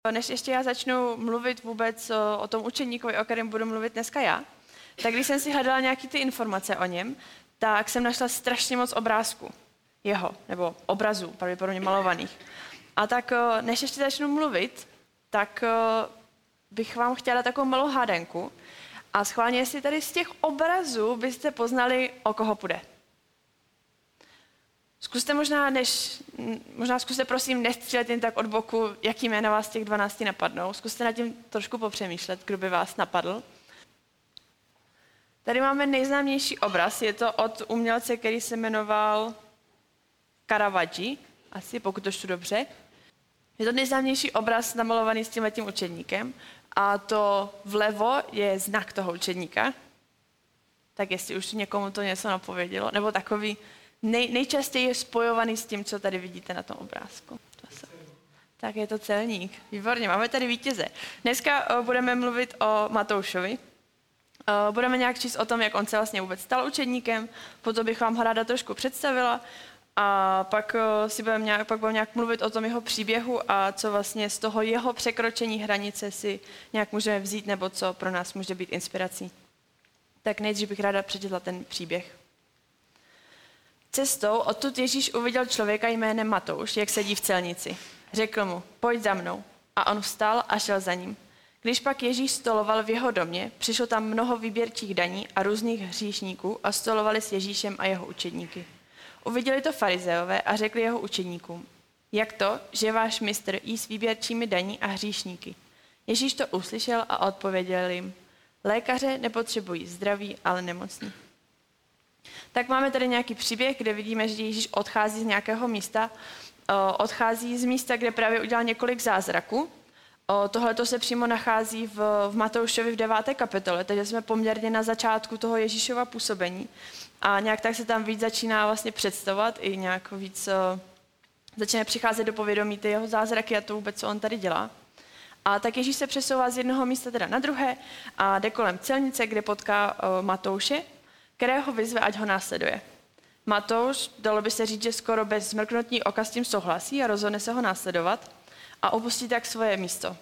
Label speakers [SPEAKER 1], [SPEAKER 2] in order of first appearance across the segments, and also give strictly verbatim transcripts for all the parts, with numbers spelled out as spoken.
[SPEAKER 1] Než ještě já začnu mluvit vůbec o, o tom učeníkovi, o kterém budu mluvit dneska já, tak když jsem si hledala nějaké ty informace o něm, tak jsem našla strašně moc obrázků jeho, nebo obrazů, pravděpodobně malovaných. A tak než ještě začnu mluvit, tak bych vám chtěla dát takovou malou hádanku a schválně, jestli tady z těch obrazů byste poznali, o koho půjde. Zkuste možná, než, možná zkuste prosím nestřílet jen tak od boku, jaký jména vás těch dvanácti napadnou. Zkuste nad tím trošku popřemýšlet, kdo by vás napadl. Tady máme nejznámější obraz, je to od umělce, který se jmenoval Caravaggio, asi pokud to čtu dobře. Je to nejznámější obraz namalovaný s tímhletím učedníkem a to vlevo je znak toho učedníka. Tak jestli už někomu to něco napovědělo, nebo takový nej, nejčastěji je spojovaný s tím, co tady vidíte na tom obrázku. Tak je to celník. Výborně, máme tady vítěze. Dneska uh, budeme mluvit o Matoušovi. Uh, budeme nějak číst o tom, jak on se vlastně vůbec stal učedníkem, potom bych vám ho ráda trošku představila a pak uh, si budeme nějak, pak budeme nějak mluvit o tom jeho příběhu a co vlastně z toho jeho překročení hranice si nějak můžeme vzít, nebo co pro nás může být inspirací. Tak nejdřív bych ráda přečetla ten příběh. Cestou odtud Ježíš uviděl člověka jménem Matouš, jak sedí v celnici. Řekl mu, pojď za mnou. A on vstal a šel za ním. Když pak Ježíš stoloval v jeho domě, přišlo tam mnoho výběrčích daní a různých hříšníků a stolovali s Ježíšem a jeho učedníky. Uviděli to farizeové a řekli jeho učedníkům, jak to, že váš mistr jí s výběrčími daní a hříšníky. Ježíš to uslyšel a odpověděl jim, lékaře nepotřebují zdraví, ale nemocní. Tak máme tady nějaký příběh, kde vidíme, že Ježíš odchází z nějakého místa, odchází z místa, kde právě udělal několik zázraků. Tohle to se přímo nachází v, v Matoušovi v deváté kapitole, takže jsme poměrně na začátku toho Ježíšova působení. A nějak tak se tam víc začíná vlastně představovat, i nějak víc začíná přicházet do povědomí ty jeho zázraky a to vůbec, co on tady dělá. A tak Ježíš se přesouvá z jednoho místa teda na druhé a jde kolem celnice, kde potká Matouše, kterého vyzve, ať ho následuje. Matouš, dalo by se říct, že skoro bez zmrknutí oka s tím souhlasí a rozhodne se ho následovat a opustí tak svoje místo.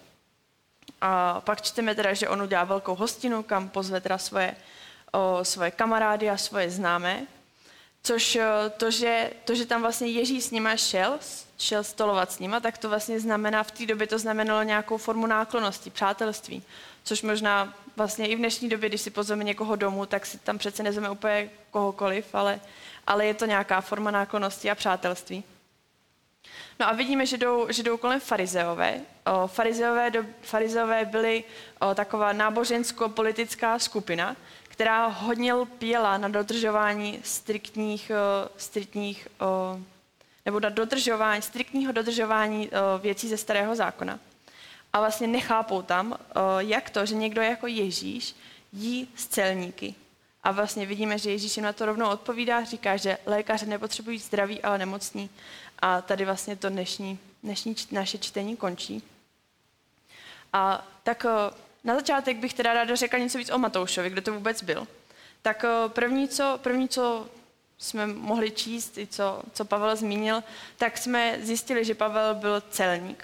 [SPEAKER 1] A pak čteme teda, že on udělá velkou hostinu, kam pozve teda svoje, o, svoje kamarády a svoje známé, což to že, to, že tam vlastně Ježíš s nima šel, šel stolovat s nima, tak to vlastně znamená, v té době to znamenalo nějakou formu náklonnosti, přátelství, což možná vlastně i v dnešní době, když si pozveme někoho domů, tak si tam přece nezveme úplně kohokoliv, ale, ale je to nějaká forma náklonnosti a přátelství. No a vidíme, že jdou, že jdou kolem farizeové. O, farizeové, do, farizeové byly o, taková nábožensko-politická skupina, která hodně lpěla na dodržování striktních, o, striktních o, nebo na dodržování, striktního dodržování o, věcí ze starého zákona. A vlastně nechápou tam, jak to, že někdo jako Ježíš jí z celníky. A vlastně vidíme, že Ježíš jim na to rovnou odpovídá, říká, že lékaře nepotřebují zdraví, ale nemocní. A tady vlastně to dnešní, dnešní naše čtení končí. A tak na začátek bych teda ráda řekla něco víc o Matoušovi, kdo to vůbec byl. Tak první, co, první, co jsme mohli číst, i co, co Pavel zmínil, tak jsme zjistili, že Pavel byl celník.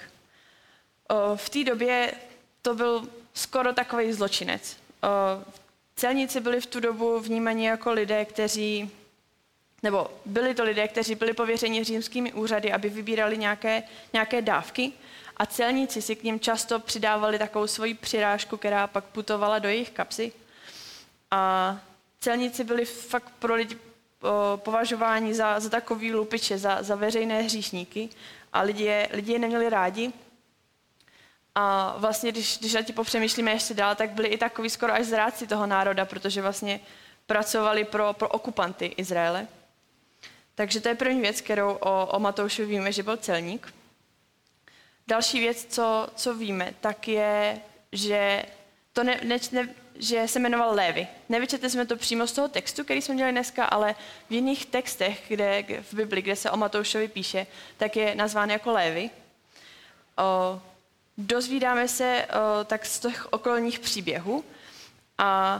[SPEAKER 1] V té době to byl skoro takový zločinec. Celníci byli v tu dobu vnímaní jako lidé, kteří, nebo byli to lidé, kteří byli pověřeni římskými úřady, aby vybírali nějaké, nějaké dávky a celníci si k ním často přidávali takovou svoji přirážku, která pak putovala do jejich kapsy. A celníci byli fakt pro lidi považováni za, za takový lupiče, za, za veřejné hříšníky a lidi je, lidi je neměli rádi. A vlastně, když, když na ti popřemýšlíme ještě dál, tak byli i takový skoro až zrádci toho národa, protože vlastně pracovali pro, pro okupanty Izraele. Takže to je první věc, kterou o, o Matoušovi víme, že byl celník. Další věc, co, co víme, tak je, že, to ne, ne, ne, že se jmenoval Lévi. Nevyčetli jsme to přímo z toho textu, který jsme dělali dneska, ale v jiných textech, kde, v Bibli, kde se o Matoušovi píše, tak je nazván jako Lévi. O, Dozvídáme se o, tak z těch okolních příběhů a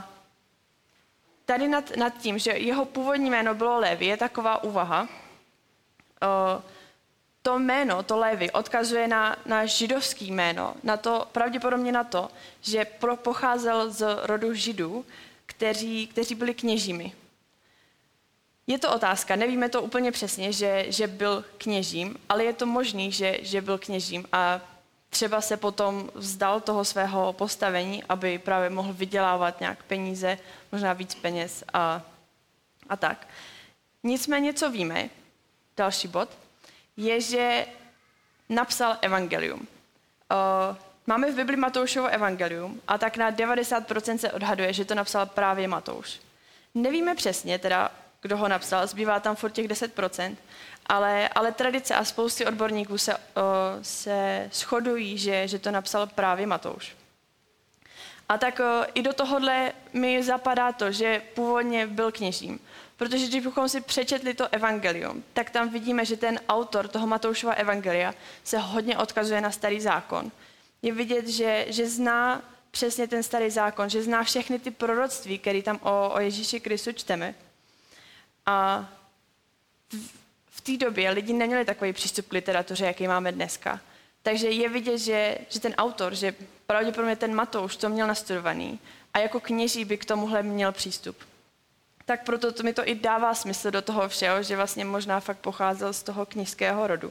[SPEAKER 1] tady nad, nad tím, že jeho původní jméno bylo Lévi, je taková úvaha. O, to jméno, to Lévi, odkazuje na, na židovský jméno, na to, pravděpodobně na to, že pro, pocházel z rodu Židů, kteří, kteří byli kněžími. Je to otázka, nevíme to úplně přesně, že, že byl kněžím, ale je to možný, že, že byl kněžím a třeba se potom vzdal toho svého postavení, aby právě mohl vydělávat nějak peníze, možná víc peněz a, a tak. Nicméně, co víme, další bod, je, že napsal evangelium. Uh, máme v Bibli Matoušovo evangelium a tak na devadesát procent se odhaduje, že to napsal právě Matouš. Nevíme přesně teda, kdo ho napsal, zbývá tam furt těch deset procent, ale, ale tradice a spousty odborníků se, uh, se shodují, že, že to napsal právě Matouš. A tak uh, i do tohohle mi zapadá to, že původně byl kněžím. Protože když bychom si přečetli to evangelium, tak tam vidíme, že ten autor toho Matoušova evangelia se hodně odkazuje na starý zákon. Je vidět, že, že zná přesně ten starý zákon, že zná všechny ty proroctví, které tam o, o Ježíši Kristu čteme. A v, v té době lidi neměli takový přístup k literatuře, jaký máme dneska. Takže je vidět, že, že ten autor, že pravděpodobně ten Matouš to měl nastudovaný a jako kněží by k tomuhle měl přístup. Tak proto to mi to i dává smysl do toho všeho, že vlastně možná fakt pocházel z toho kněžského rodu.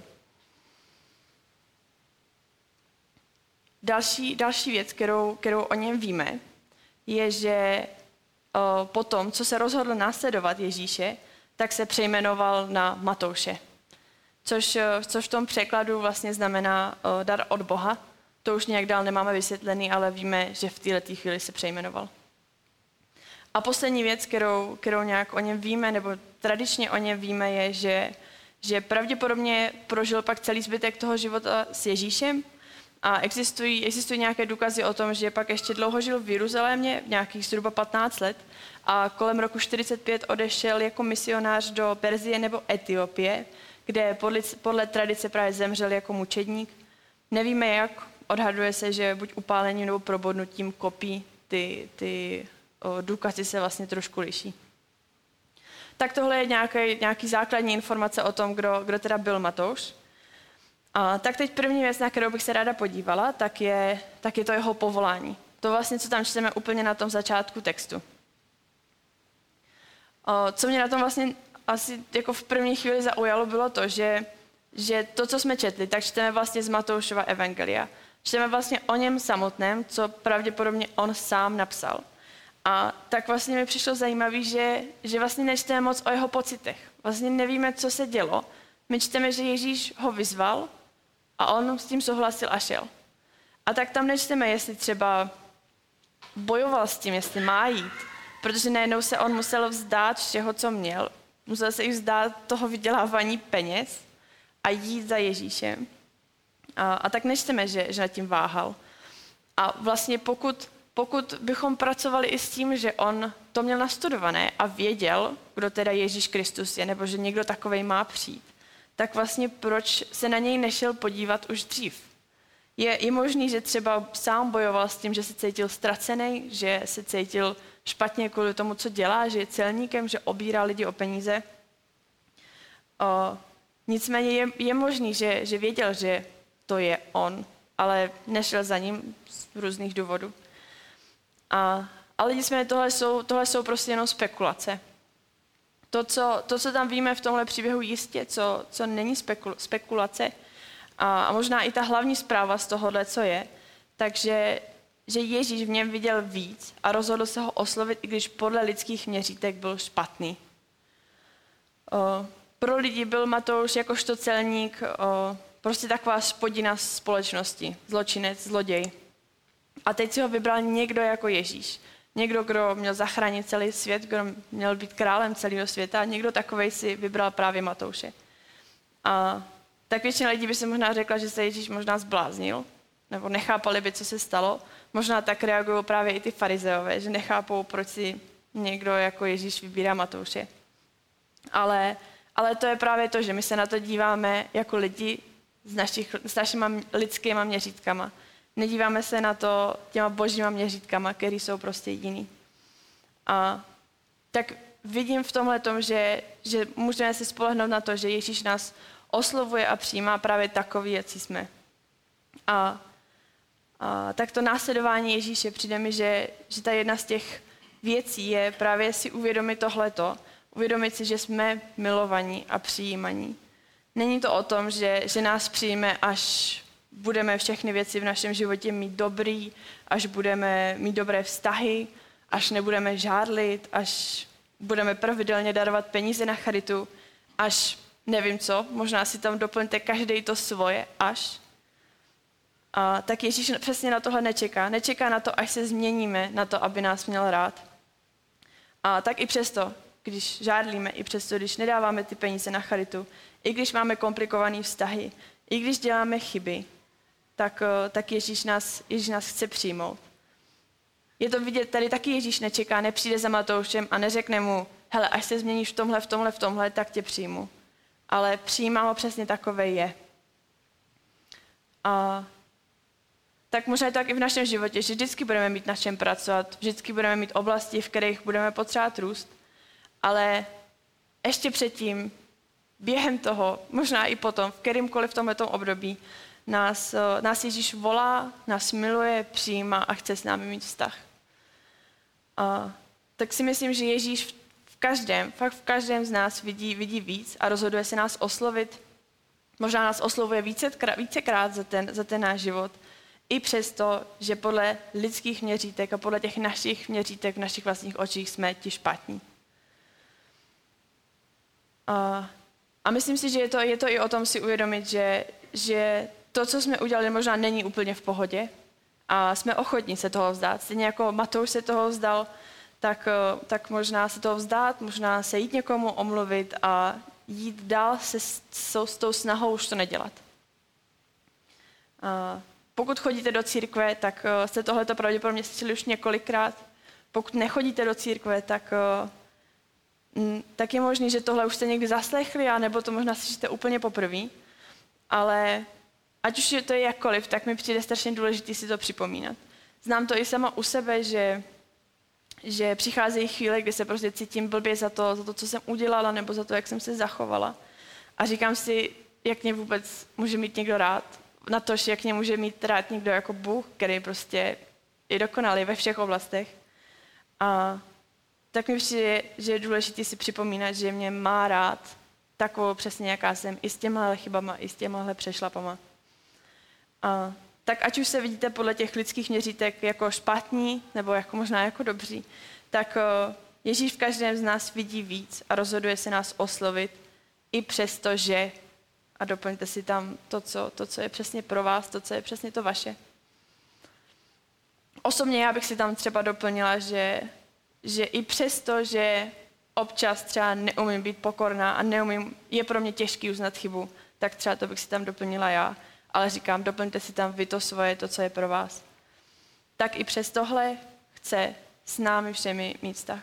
[SPEAKER 1] Další, další věc, kterou, kterou o něm víme, je, že o, potom, co se rozhodl následovat Ježíše, tak se přejmenoval na Matouše. Což, což v tom překladu vlastně znamená o, dar od Boha. To už nějak dál nemáme vysvětlený, ale víme, že v této chvíli se přejmenoval. A poslední věc, kterou, kterou nějak o něm víme, nebo tradičně o něm víme, je, že, že pravděpodobně prožil pak celý zbytek toho života s Ježíšem a existují, existují nějaké důkazy o tom, že pak ještě dlouho žil v Jeruzalémě, nějakých zhruba patnáct let a kolem roku čtyřicet pět odešel jako misionář do Perzie nebo Etiopie, kde podle, podle tradice právě zemřel jako mučedník. Nevíme jak, odhaduje se, že buď upálením nebo probodnutím kopí ty, ty o, důkazy se vlastně trošku liší. Tak tohle je nějaký, nějaký základní informace o tom, kdo, kdo teda byl Matouš. A tak teď první věc, na kterou bych se ráda podívala, tak je, tak je to jeho povolání. To vlastně, co tam čteme úplně na tom začátku textu. O, co mě na tom vlastně asi jako v první chvíli zaujalo, bylo to, že, že to, co jsme četli, tak čteme vlastně z Matoušova evangelia. Čteme vlastně o něm samotném, co pravděpodobně on sám napsal. A tak vlastně mi přišlo zajímavé, že, že vlastně nečteme moc o jeho pocitech. Vlastně nevíme, co se dělo. My čteme, že Ježíš ho vyzval a on s tím souhlasil a šel. A tak tam nečteme, jestli třeba bojoval s tím, jestli má jít, protože najednou se on musel vzdát všeho, co měl. Musel se i vzdát toho vydělávání peněz a jít za Ježíšem. A, a tak nečteme, že, že nad tím váhal. A vlastně pokud, pokud bychom pracovali i s tím, že on to měl nastudované a věděl, kdo teda Ježíš Kristus je, nebo že někdo takovej má přijít, tak vlastně proč se na něj nešel podívat už dřív? Je, je možný, že třeba sám bojoval s tím, že se cítil ztracený, že se cítil špatně kvůli tomu, co dělá, že je celníkem, že obírá lidi o peníze. O, nicméně je, je možný, že, že věděl, že to je on, ale nešel za ním z různých důvodů. A, ale nicméně tohle jsou, tohle jsou prostě jenom spekulace. To co, to, co tam víme v tomhle příběhu jistě, co, co není spekul, spekulace, a, a možná i ta hlavní zpráva z tohohle, co je, takže že Ježíš v něm viděl víc a rozhodl se ho oslovit, i když podle lidských měřítek byl špatný. O, pro lidi byl Matouš jakožto celník o, prostě taková spodina společnosti, zločinec, zloděj. A teď si ho vybral někdo jako Ježíš. Někdo, kdo měl zachránit celý svět, kdo měl být králem celého světa, a někdo takovej si vybral právě Matouše. A tak většina lidí by se možná řekla, že se Ježíš možná zbláznil, nebo nechápali by, co se stalo. Možná tak reagují právě i ty farizeové, že nechápou, proč si někdo jako Ježíš vybírá Matouše. Ale, ale to je právě to, že my se na to díváme jako lidi s, našich, s našima lidskýma měřítkama. Nedíváme se na to těma božíma měřítkama, které jsou prostě jiný. A tak vidím v tomhle tom, že, že můžeme si spolehnout na to, že Ježíš nás oslovuje a přijímá právě takový, jak jsme. A, a tak to následování Ježíše přijde mi, že, že ta jedna z těch věcí je právě si uvědomit tohleto, uvědomit si, že jsme milovaní a přijímaní. Není to o tom, že, že nás přijme, až budeme všechny věci v našem životě mít dobrý, až budeme mít dobré vztahy, až nebudeme žádlit, až budeme pravidelně darovat peníze na charitu, až nevím co, možná si tam doplňte každý to svoje, až. A tak Ježíš přesně na tohle nečeká. Nečeká na to, až se změníme, na to, aby nás měl rád. A tak i přesto, když žádlíme, i přesto, když nedáváme ty peníze na charitu, i když máme komplikované vztahy, i když děláme chyby, tak, tak Ježíš, nás, Ježíš nás chce přijmout. Je to vidět, tady taky Ježíš nečeká, nepřijde za Matoušem a neřekne mu, hele, až se změníš v tomhle, v tomhle, v tomhle, tak tě přijmu. Ale přijímá ho přesně takové je. A tak možná je to tak i v našem životě, že vždycky budeme mít na čem pracovat, vždycky budeme mít oblasti, v kterých budeme potřebovat růst, ale ještě předtím, během toho, možná i potom, v kterýmkoliv v tomto období, nás, nás Ježíš volá, nás miluje, přijímá a chce s námi mít vztah. A tak si myslím, že Ježíš v každém, fakt v každém z nás vidí, vidí víc a rozhoduje se nás oslovit. Možná nás oslovuje vícekrát, vícekrát za ten, za ten náš život. I přesto, že podle lidských měřítek a podle těch našich měřítek v našich vlastních očích jsme ti špatní. A, a myslím si, že je to, je to i o tom si uvědomit, že, že to, co jsme udělali, možná není úplně v pohodě a jsme ochotní se toho vzdát. Stejně jako Matouš se toho vzdal, tak, tak možná se toho vzdát, možná se jít někomu omluvit a jít dál se s, s tou snahou už to nedělat. A pokud chodíte do církve, tak jste tohleto pravděpodobně slyšeli už několikrát. Pokud nechodíte do církve, tak, tak je možné, že tohle už jste někdy zaslechli, a nebo to možná slyšíte úplně poprvé. Ale ať už je to jakkoliv, tak mi přijde strašně důležité si to připomínat. Znám to i sama u sebe, že, že přicházejí chvíle, kdy se prostě cítím blbě za to, za to, co jsem udělala, nebo za to, jak jsem se zachovala. A říkám si, jak mě vůbec může mít někdo rád. Na to, jak mě může mít rád někdo jako Bůh, který prostě je dokonalý ve všech oblastech. A tak mi přijde, že je důležité si připomínat, že mě má rád takovou přesně, jaká jsem, i s těmhle chybama, i s těmhle přešlapama. A tak ať už se vidíte podle těch lidských měřítek jako špatní, nebo jako možná jako dobří, tak Ježíš v každém z nás vidí víc a rozhoduje se nás oslovit, i přesto, že, a doplňte si tam to co, to, co je přesně pro vás, to, co je přesně to vaše. Osobně já bych si tam třeba doplnila, že, že i přesto, že občas třeba neumím být pokorná a neumím, je pro mě těžký uznat chybu, tak třeba to bych si tam doplnila já. Ale říkám, doplňte si tam vy to svoje, to, co je pro vás. Tak i přes tohle chce s námi všemi mít vztah.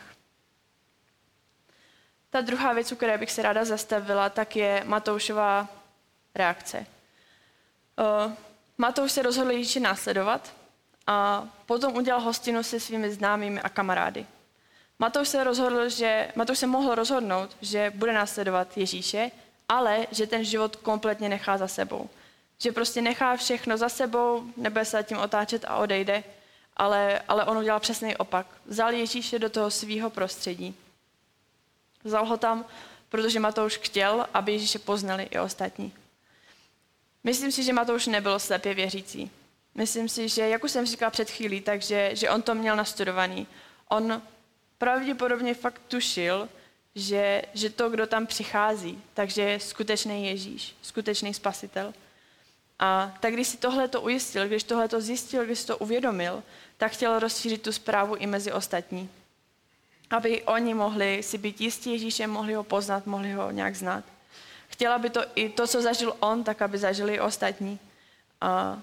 [SPEAKER 1] Ta druhá věc, u které bych se ráda zastavila, tak je Matoušova reakce. Uh, Matouš se rozhodl Ježíše následovat a potom udělal hostinu se svými známými a kamarády. Matouš se rozhodl, že Matouš se mohl rozhodnout, že bude následovat Ježíše, ale že ten život kompletně nechá za sebou. Že prostě nechá všechno za sebou, nebude se tím otáčet a odejde, ale, ale on udělal přesný opak. Vzal Ježíše do toho svého prostředí. Vzal ho tam, protože Matouš chtěl, aby Ježíše poznali i ostatní. Myslím si, že Matouš nebyl slepě věřící. Myslím si, že, jak už jsem říkala před chvílí, takže že on to měl nastudovaný. On pravděpodobně fakt tušil, že, že to, kdo tam přichází, takže je skutečný Ježíš, skutečný spasitel. A tak když si tohle to ujistil, když tohle to zjistil, když si to uvědomil, tak chtěl rozšířit tu zprávu i mezi ostatní. Aby oni mohli si být jistí Ježíšem, mohli ho poznat, mohli ho nějak znát. Chtěl, aby to i to, co zažil on, tak aby zažili i ostatní. A,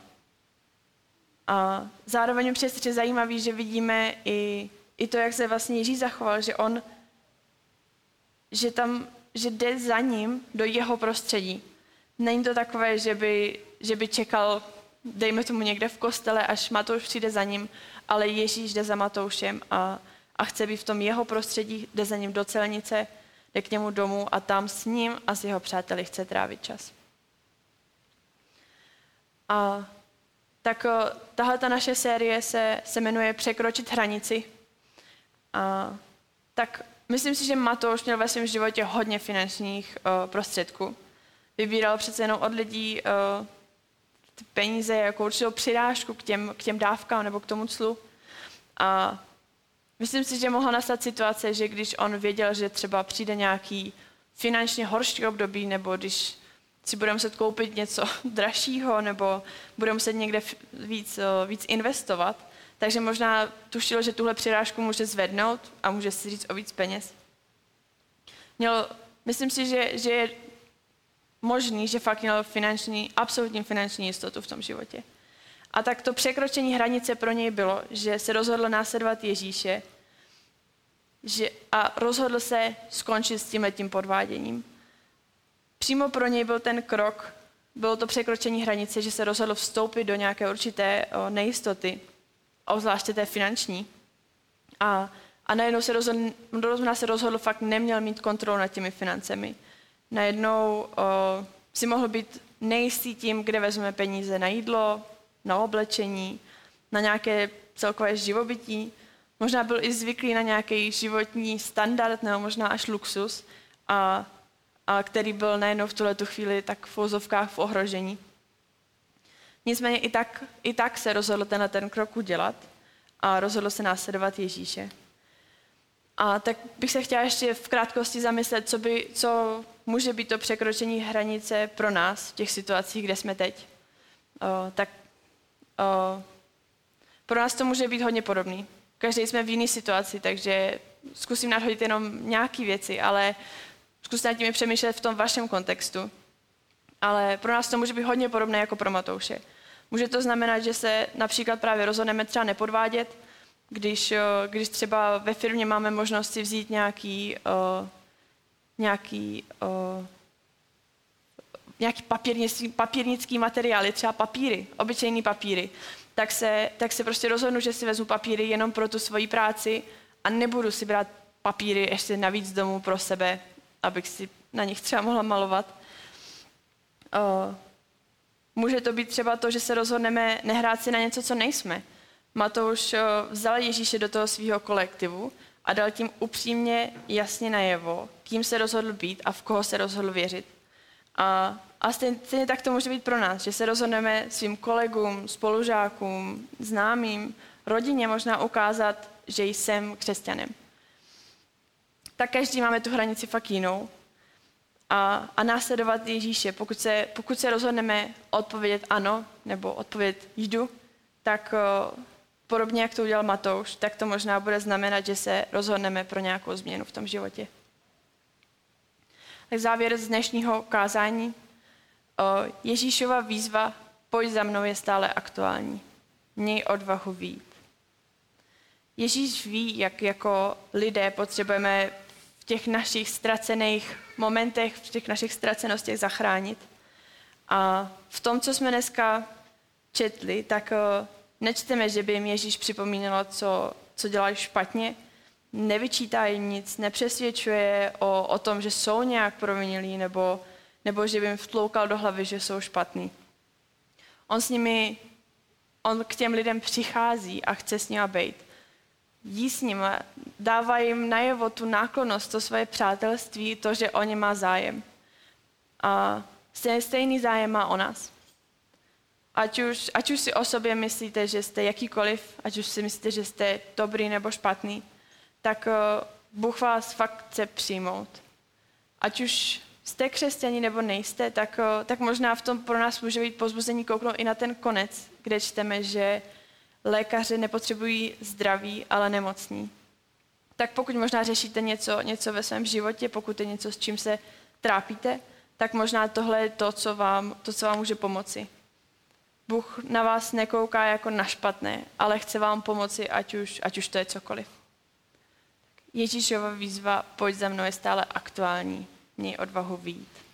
[SPEAKER 1] a zároveň je přesně zajímavý, že vidíme i, i to, jak se vlastně Ježíš zachoval, že on, že tam, že jde za ním do jeho prostředí. Není to takové, že by, že by čekal, dejme tomu někde v kostele, až Matouš přijde za ním, ale Ježíš jde za Matoušem a, a chce být v tom jeho prostředí, jde za ním do celnice, jde k němu domů a tam s ním a s jeho přáteli chce trávit čas. A tak tahle ta naše série se, se jmenuje Překročit hranici. A tak myslím si, že Matouš měl ve svém životě hodně finančních uh, prostředků. Vybíral přece jenom od lidí uh, ty peníze jako určitou přirážku k těm, k těm dávkám nebo k tomu clu. A myslím si, že mohla nastat situace, že když on věděl, že třeba přijde nějaký finančně horší období, nebo když si bude muset koupit něco dražšího, nebo bude muset někde víc, víc investovat, takže možná tušil, že tuhle přirážku může zvednout a může si říct o víc peněz. Měl, myslím si, že, že je možný, že fakt měl finanční, absolutní finanční jistotu v tom životě. A tak to překročení hranice pro něj bylo, že se rozhodl následovat Ježíše že, a rozhodl se skončit s tímhletím podváděním. Přímo pro něj byl ten krok, bylo to překročení hranice, že se rozhodl vstoupit do nějaké určité o, nejistoty, obzvláště té finanční. A, a najednou se rozhodl, se rozhodl, fakt neměl mít kontrolu nad těmi financemi. Najednou o, si mohl být nejistý tím, kde vezme peníze na jídlo, na oblečení, na nějaké celkové živobytí. Možná byl i zvyklý na nějaký životní standard, nebo možná až luxus, a, a který byl najednou v tuhletu chvíli tak v uvozovkách v ohrožení. Nicméně i tak, i tak se rozhodl tenhle ten krok udělat a rozhodl se následovat Ježíše. A tak bych se chtěla ještě v krátkosti zamyslet, co, by, co může být to překročení hranice pro nás v těch situacích, kde jsme teď. O, tak o, pro nás to může být hodně podobný. Každý jsme v jiné situaci, takže zkusím nadhodit jenom nějaké věci, ale zkuste nad tím přemýšlet v tom vašem kontextu. Ale pro nás to může být hodně podobné jako pro Matouše. Může to znamenat, že se například právě rozhodneme třeba nepodvádět, když, když třeba ve firmě máme možnost si vzít nějaký, uh, nějaký, uh, nějaký papírnický, papírnický materiály, třeba papíry, obyčejný papíry, tak se, tak se prostě rozhodnu, že si vezmu papíry jenom pro tu svoji práci a nebudu si brát papíry ještě navíc domů pro sebe, abych si na nich třeba mohla malovat. Uh, může to být třeba to, že se rozhodneme nehrát si na něco, co nejsme. Matouš uh, vzal Ježíše do toho svého kolektivu a dal tím upřímně jasně najevo, kým se rozhodl být a v koho se rozhodl věřit. A, a stejně, stejně tak to může být pro nás, že se rozhodneme svým kolegům, spolužákům, známým, rodině možná ukázat, že jsem křesťanem. Tak každý máme tu hranici fakt jinou. A, a následovat Ježíše. Pokud se, pokud se rozhodneme odpovědět ano, nebo odpovědět jdu, tak o, podobně, jak to udělal Matouš, tak to možná bude znamenat, že se rozhodneme pro nějakou změnu v tom životě. Tak závěr z dnešního kázání. O, Ježíšova výzva pojď za mnou je stále aktuální. Měj odvahu vyjít. Ježíš ví, jak jako lidé potřebujeme v těch našich ztracených momentech, v těch našich ztracenostech zachránit. A v tom, co jsme dneska četli, tak nečteme, že by jim Ježíš připomínal, co, co dělají špatně. Nevyčítá jim nic, nepřesvědčuje o, o tom, že jsou nějak provinilí, nebo, nebo že by jim vtloukal do hlavy, že jsou špatný. On s nimi, on k těm lidem přichází a chce s nimi být. Jí s nimi, dává jim najevo tu náklonnost, to svoje přátelství, to, že o ně má zájem. A stejný zájem má o nás. Ať už, ať už si o sobě myslíte, že jste jakýkoliv, ať už si myslíte, že jste dobrý nebo špatný, tak Bůh vás fakt chce přijmout. Ať už jste křesťaní nebo nejste, tak, tak možná v tom pro nás může být povzbuzení kouknout i na ten konec, kde čteme, že lékaři nepotřebují zdraví, ale nemocní. Tak pokud možná řešíte něco, něco ve svém životě, pokud je něco, s čím se trápíte, tak možná tohle je to, co vám, to, co vám může pomoci. Bůh na vás nekouká jako na špatné, ale chce vám pomoci, ať už, ať už to je cokoliv. Ježíšova výzva pojď za mnou je stále aktuální. Měj odvahu vyjít.